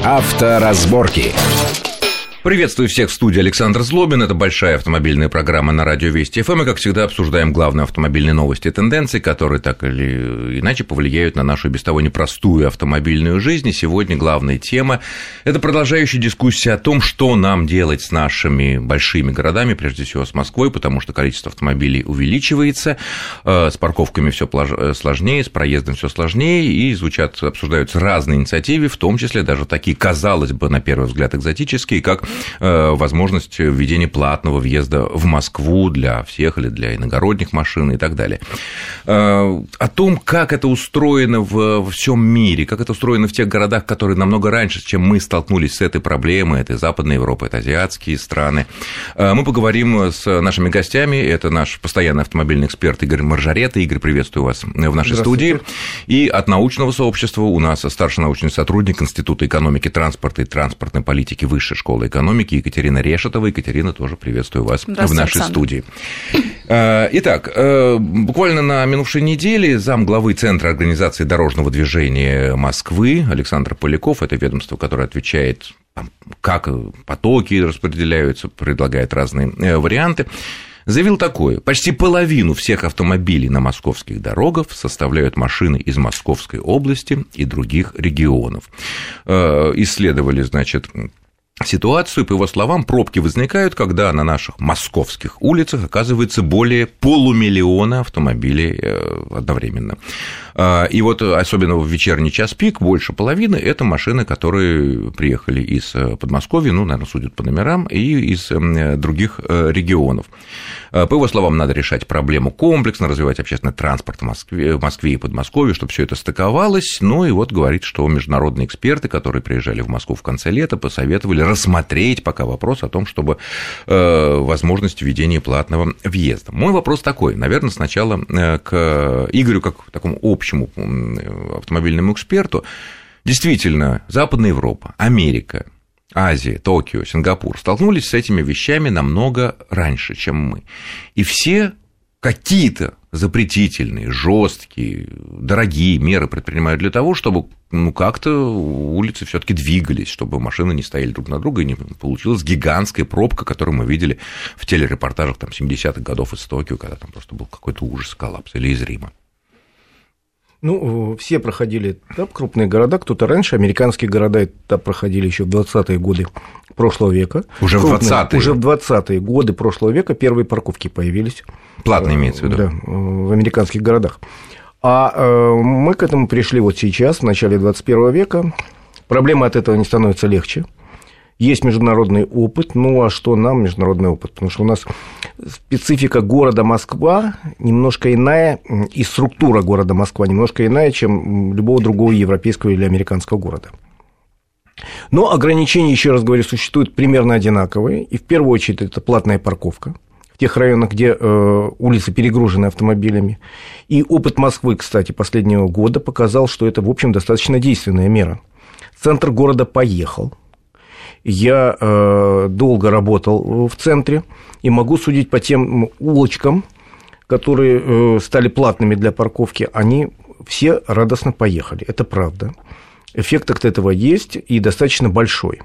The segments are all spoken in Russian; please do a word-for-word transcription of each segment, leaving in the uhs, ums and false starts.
Авторазборки. Приветствую всех в студии, Александр Злобин. Это большая автомобильная программа на радио Вести эф эм. И, как всегда, обсуждаем главные автомобильные новости и тенденции, которые так или иначе повлияют на нашу без того непростую автомобильную жизнь. И сегодня главная тема – это продолжающая дискуссия о том, что нам делать с нашими большими городами, прежде всего с Москвой, потому что количество автомобилей увеличивается, с парковками все сложнее, с проездом все сложнее, и звучат, обсуждаются разные инициативы, в том числе даже такие, казалось бы, на первый взгляд, экзотические, как возможность введения платного въезда в Москву для всех или для иногородних машин и так далее. О том, как это устроено во всем мире, как это устроено в тех городах, которые намного раньше, чем мы столкнулись с этой проблемой, это Западная Европа, это азиатские страны, мы поговорим с нашими гостями. Это наш постоянный автомобильный эксперт Игорь Маржарета. Игорь, приветствую вас в нашей студии. И от научного сообщества у нас старший научный сотрудник Института экономики, транспорта и транспортной политики Высшей школы экономики Екатерина Решетова. Екатерина, тоже приветствую вас в нашей Александр. Студии. Итак, буквально на минувшей неделе замглавы Центра организации дорожного движения Москвы Александр Поляков, это ведомство, которое отвечает, как потоки распределяются, предлагает разные варианты, заявил такое: почти половину всех автомобилей на московских дорогах составляют машины из Московской области и других регионов. Исследовали, значит, ситуацию. По его словам, пробки возникают, когда на наших московских улицах оказывается более полумиллиона автомобилей одновременно. И вот особенно в вечерний час пик больше половины – это машины, которые приехали из Подмосковья, ну, наверное, судят по номерам, и из других регионов. По его словам, надо решать проблему комплексно, развивать общественный транспорт в Москве, в Москве и Подмосковье, чтобы все это стыковалось. Ну и вот говорит, что международные эксперты, которые приезжали в Москву в конце лета, посоветовали рассмотреть пока вопрос о том, чтобы э, возможность введения платного въезда. Мой вопрос такой, наверное, сначала к Игорю, как к такому общему автомобильному эксперту. Действительно, Западная Европа, Америка, Азия, Токио, Сингапур столкнулись с этими вещами намного раньше, чем мы. И все какие-то запретительные, жесткие, дорогие меры предпринимают для того, чтобы ну, как-то улицы все-таки двигались, чтобы машины не стояли друг на друга, и не получилась гигантская пробка, которую мы видели в телерепортажах там, семидесятых годов из Токио, когда там просто был какой-то ужас, коллапс, или из Рима. Ну, все проходили этап, крупные города, кто-то раньше, американские города этап проходили еще в двадцатые годы прошлого века. Уже крупные, в двадцатые? Уже в двадцатые годы прошлого века первые парковки появились. Платные имеется в виду? Да, в американских городах. А мы к этому пришли вот сейчас, в начале двадцать первого века. Проблема от этого не становится легче. Есть международный опыт, ну а что нам международный опыт? Потому что у нас специфика города Москва немножко иная, и структура города Москва немножко иная, чем любого другого европейского или американского города. Но ограничения, еще раз говорю, существуют примерно одинаковые, и в первую очередь это платная парковка в тех районах, где э, улицы перегружены автомобилями. И опыт Москвы, кстати, последнего года показал, что это, в общем, достаточно действенная мера. Центр города поехал. Я э, долго работал в центре и могу судить по тем улочкам, которые э, стали платными для парковки, они все радостно поехали, это правда. Эффект от этого есть и достаточно большой.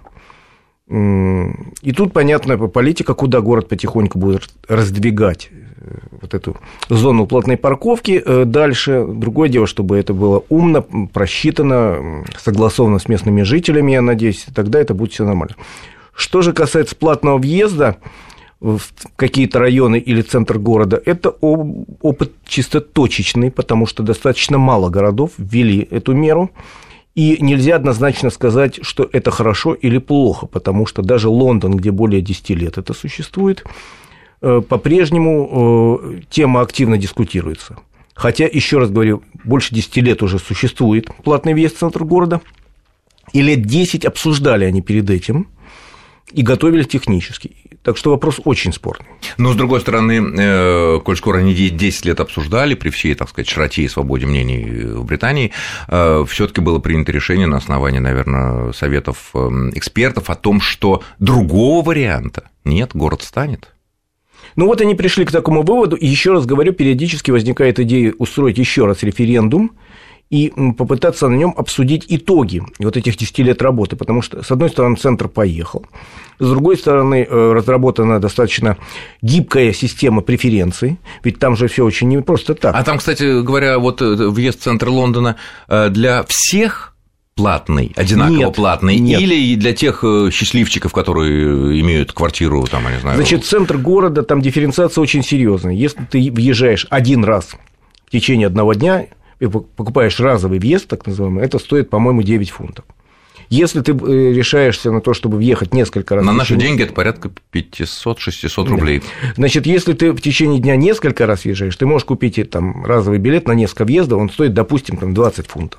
И тут понятна политика, куда город потихоньку будет раздвигать вот эту зону платной парковки дальше. Другое дело, чтобы это было умно, просчитано, согласовано с местными жителями, я надеюсь, тогда это будет все нормально. Что же касается платного въезда в какие-то районы или центр города, это опыт чисто точечный, потому что достаточно мало городов ввели эту меру. И нельзя однозначно сказать, что это хорошо или плохо, потому что даже Лондон, где более десяти лет это существует, по-прежнему тема активно дискутируется. Хотя, еще раз говорю, больше десяти лет уже существует платный въезд в центр города, и лет десять обсуждали они перед этим и готовили технически. Так что вопрос очень спорный. Но, с другой стороны, коль скоро они десять лет обсуждали, при всей, так сказать, широте и свободе мнений в Британии, все-таки было принято решение на основании, наверное, советов экспертов о том, что другого варианта нет, город станет. Ну вот они пришли к такому выводу, и еще раз говорю, периодически возникает идея устроить еще раз референдум и попытаться на нем обсудить итоги вот этих десяти лет работы, потому что, с одной стороны, центр поехал, с другой стороны, разработана достаточно гибкая система преференций, ведь там же все очень не просто так. А там, кстати говоря, вот въезд в центр Лондона для всех платный, одинаково нет, платный, нет. Или для тех счастливчиков, которые имеют квартиру, там, я не знаю. Значит, центр города, там дифференциация очень серьезная. Если ты въезжаешь один раз в течение одного дня и покупаешь разовый въезд, так называемый, это стоит, по-моему, девять фунтов. Если ты решаешься на то, чтобы въехать несколько раз... На наши деньги это порядка пятьсот-шестьсот рублей. Да. Значит, если ты в течение дня несколько раз въезжаешь, ты можешь купить там разовый билет на несколько въездов, он стоит, допустим, там двадцать фунтов.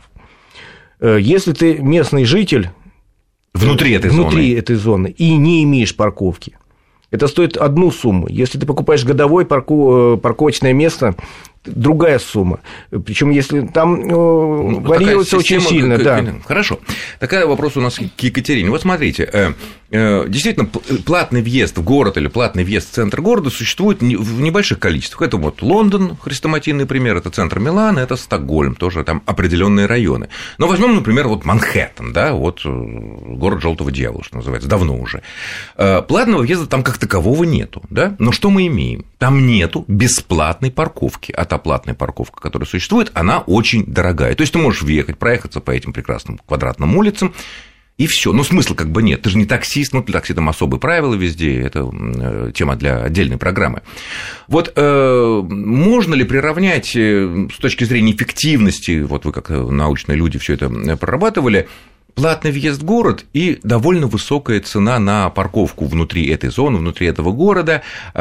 Если ты местный житель внутри этой, внутри зоны. этой зоны и не имеешь парковки, это стоит одну сумму. Если ты покупаешь годовое парку... парковочное место, другая сумма. Причем, если там ну, варьируется очень сильно. Как... Да. Хорошо. Такой вопрос у нас к Екатерине. Вот смотрите, действительно, платный въезд в город или платный въезд в центр города существует в небольших количествах. Это вот Лондон, хрестоматийный пример, это центр Милана, это Стокгольм, тоже там определенные районы. Но возьмем, например, вот Манхэттен, да, вот город желтого дьявола, что называется, давно уже. Платного въезда там как такового нету, да? Но что мы имеем? Там нету бесплатной парковки. А та платная парковка, которая существует, она очень дорогая. То есть ты можешь въехать, проехаться по этим прекрасным квадратным улицам, и все. Но смысла как бы нет. Ты же не таксист, ну, для такси там особые правила везде, это тема для отдельной программы. Вот э, можно ли приравнять с точки зрения эффективности, вот вы как научные люди все это прорабатывали, платный въезд в город и довольно высокая цена на парковку внутри этой зоны, внутри этого города,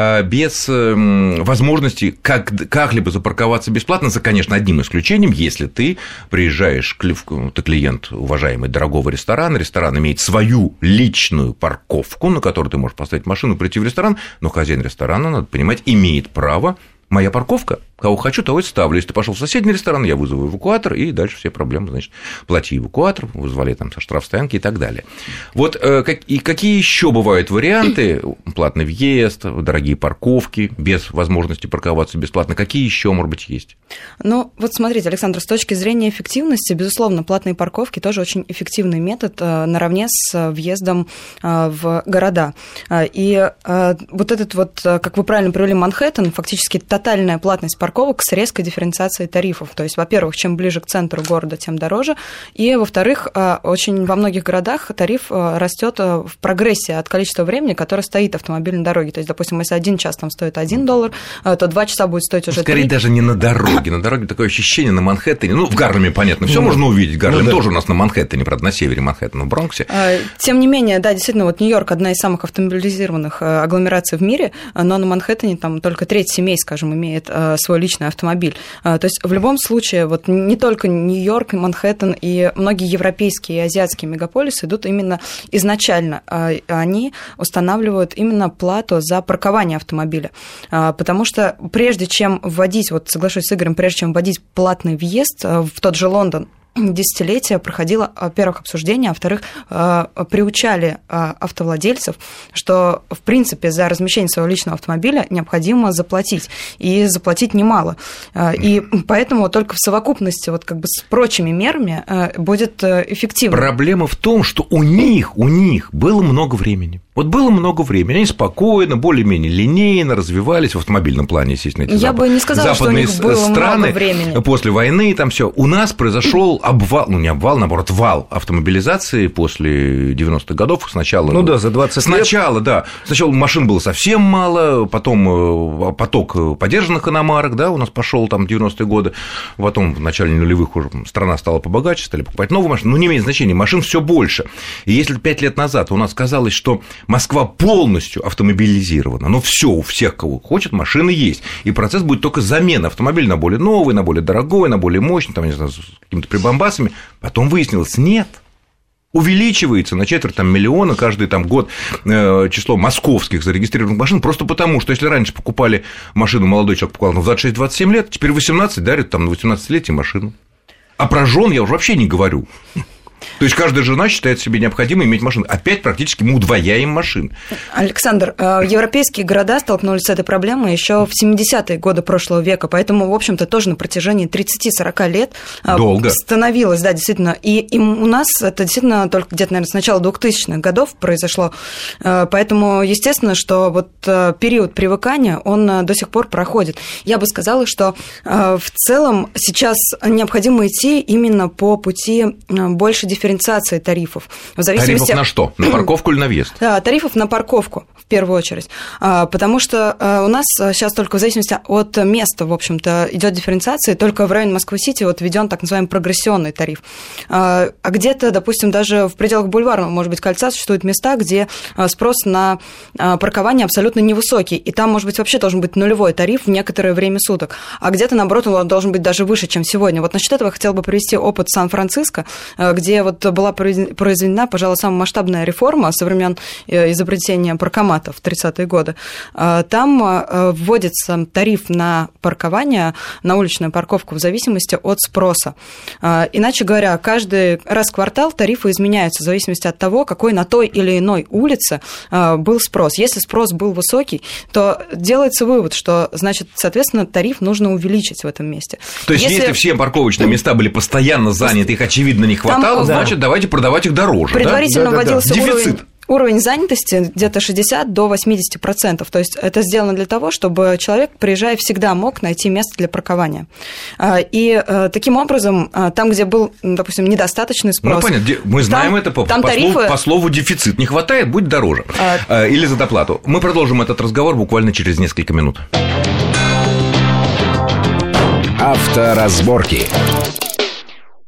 без возможности как- как-либо запарковаться бесплатно, за, конечно, одним исключением, если ты приезжаешь, ты клиент, уважаемый, дорогого ресторана, ресторан имеет свою личную парковку, на которой ты можешь поставить машину, прийти в ресторан, но хозяин ресторана, надо понимать, имеет право. Моя парковка, кого хочу, того и ставлю. Если ты пошел в соседний ресторан, я вызову эвакуатор, и дальше все проблемы, значит, плати эвакуатор, вызвали там со штрафстоянки и так далее. Вот и какие еще бывают варианты? Платный въезд, дорогие парковки, без возможности парковаться бесплатно. Какие еще, может быть, есть? Ну, вот смотрите, Александр, с точки зрения эффективности, безусловно, платные парковки тоже очень эффективный метод наравне с въездом в города. И вот этот вот, как вы правильно привели, Манхэттен, фактически тотальная платность парковок с резкой дифференциацией тарифов. То есть, во-первых, чем ближе к центру города, тем дороже. И, во-вторых, очень во многих городах тариф растет в прогрессии от количества времени, которое стоит автомобиль на дороге. То есть, допустим, если один час там стоит один доллар, то два часа будет стоить уже Скорее, три. даже не на дороге. На дороге такое ощущение на Манхэттене. Ну, в Гарлеме, понятно, все ну, можно увидеть. Гарлем ну, да. тоже у нас на Манхэттене, правда, на севере Манхэттена, в Бронксе. Тем не менее, да, действительно, вот Нью-Йорк одна из самых автомобилизированных агломераций в мире, но на Манхэттене там только треть семей, скажем, имеет свой личный автомобиль. То есть в любом случае вот не только Нью-Йорк, Манхэттен и многие европейские и азиатские мегаполисы идут именно изначально. Они устанавливают именно плату за паркование автомобиля. Потому что прежде чем вводить, вот соглашусь с Игорем, прежде чем вводить платный въезд в тот же Лондон, десятилетия проходило, во-первых, обсуждение, а во-вторых, приучали автовладельцев, что, в принципе, за размещение своего личного автомобиля необходимо заплатить, и заплатить немало. И поэтому только в совокупности вот как бы с прочими мерами будет эффективно. Проблема в том, что у них, у них было много времени. Вот было много времени, они спокойно, более-менее линейно развивались в автомобильном плане, естественно, эти Я запад... бы не сказала, западные что у них было страны много времени. После войны, там все. У нас произошел обвал, ну не обвал, наоборот, вал автомобилизации после девяностых годов. Сначала, ну да, за двадцать сначала, лет. Сначала, да. Сначала машин было совсем мало, потом поток подержанных иномарок, да, у нас пошел там в девяностые годы, потом в начале нулевых уже страна стала побогаче, стали покупать новые машины, но не имеет значения, машин все больше. И если пять лет назад у нас казалось, что Москва полностью автомобилизирована, но все у всех, кого хочет, машины есть, и процесс будет только замена автомобиля на более новый, на более дорогой, на более мощный, там, не знаю, с какими-то прибамбасами. Потом выяснилось, нет, увеличивается на четверть там, миллиона каждый там, год э, число московских зарегистрированных машин, просто потому, что если раньше покупали машину, молодой человек покупал в двадцать шесть - двадцать семь лет, теперь восемнадцать дарят там, на восемнадцатилетие машину. А про жен я уже вообще не говорю. То есть каждая жена считает себе необходимым иметь машину. Опять практически мы удвояем машин. Александр, европейские города столкнулись с этой проблемой еще в семидесятые годы прошлого века, поэтому, в общем-то, тоже на протяжении тридцати-сорока лет Долго. становилось, да, действительно. И, и у нас это действительно только где-то, наверное, с начала двухтысячных годов произошло. Поэтому, естественно, что вот период привыкания, он до сих пор проходит. Я бы сказала, что в целом сейчас необходимо идти именно по пути больше дифференциации тарифов. В зависимости... Тарифов на что? На парковку или на въезд? Да, тарифов на парковку, в первую очередь. Потому что у нас сейчас только в зависимости от места, в общем-то, идет дифференциация, только в районе Москвы-Сити вот введен так называемый прогрессионный тариф. А где-то, допустим, даже в пределах бульварного, может быть, кольца существуют места, где спрос на паркование абсолютно невысокий, и там, может быть, вообще должен быть нулевой тариф в некоторое время суток, а где-то, наоборот, он должен быть даже выше, чем сегодня. Вот насчет этого я хотела бы привести опыт Сан-Франциско, где вот была произведена, пожалуй, самая масштабная реформа со времен изобретения паркоматов в тридцатые годы. Там вводится тариф на паркование, на уличную парковку в зависимости от спроса. Иначе говоря, каждый раз в квартал тарифы изменяются в зависимости от того, какой на той или иной улице был спрос. Если спрос был высокий, то делается вывод, что, значит, соответственно, тариф нужно увеличить в этом месте. То есть, если, если все парковочные места были постоянно заняты, их, очевидно, не хватало, там, значит, да. давайте продавать их дороже. Предварительно да? вводился да, да, да. уровень... Дефицит. Уровень занятости где-то шестьдесят до восьмидесяти процентов. То есть это сделано для того, чтобы человек, приезжая, всегда мог найти место для паркования. И таким образом, там, где был, допустим, недостаточный спрос... Ну, понятно, мы знаем там, это по, там по, тарифы... слову, по слову дефицит. Не хватает, будет дороже. А... Или за доплату. Мы продолжим этот разговор буквально через несколько минут. Авторазборки.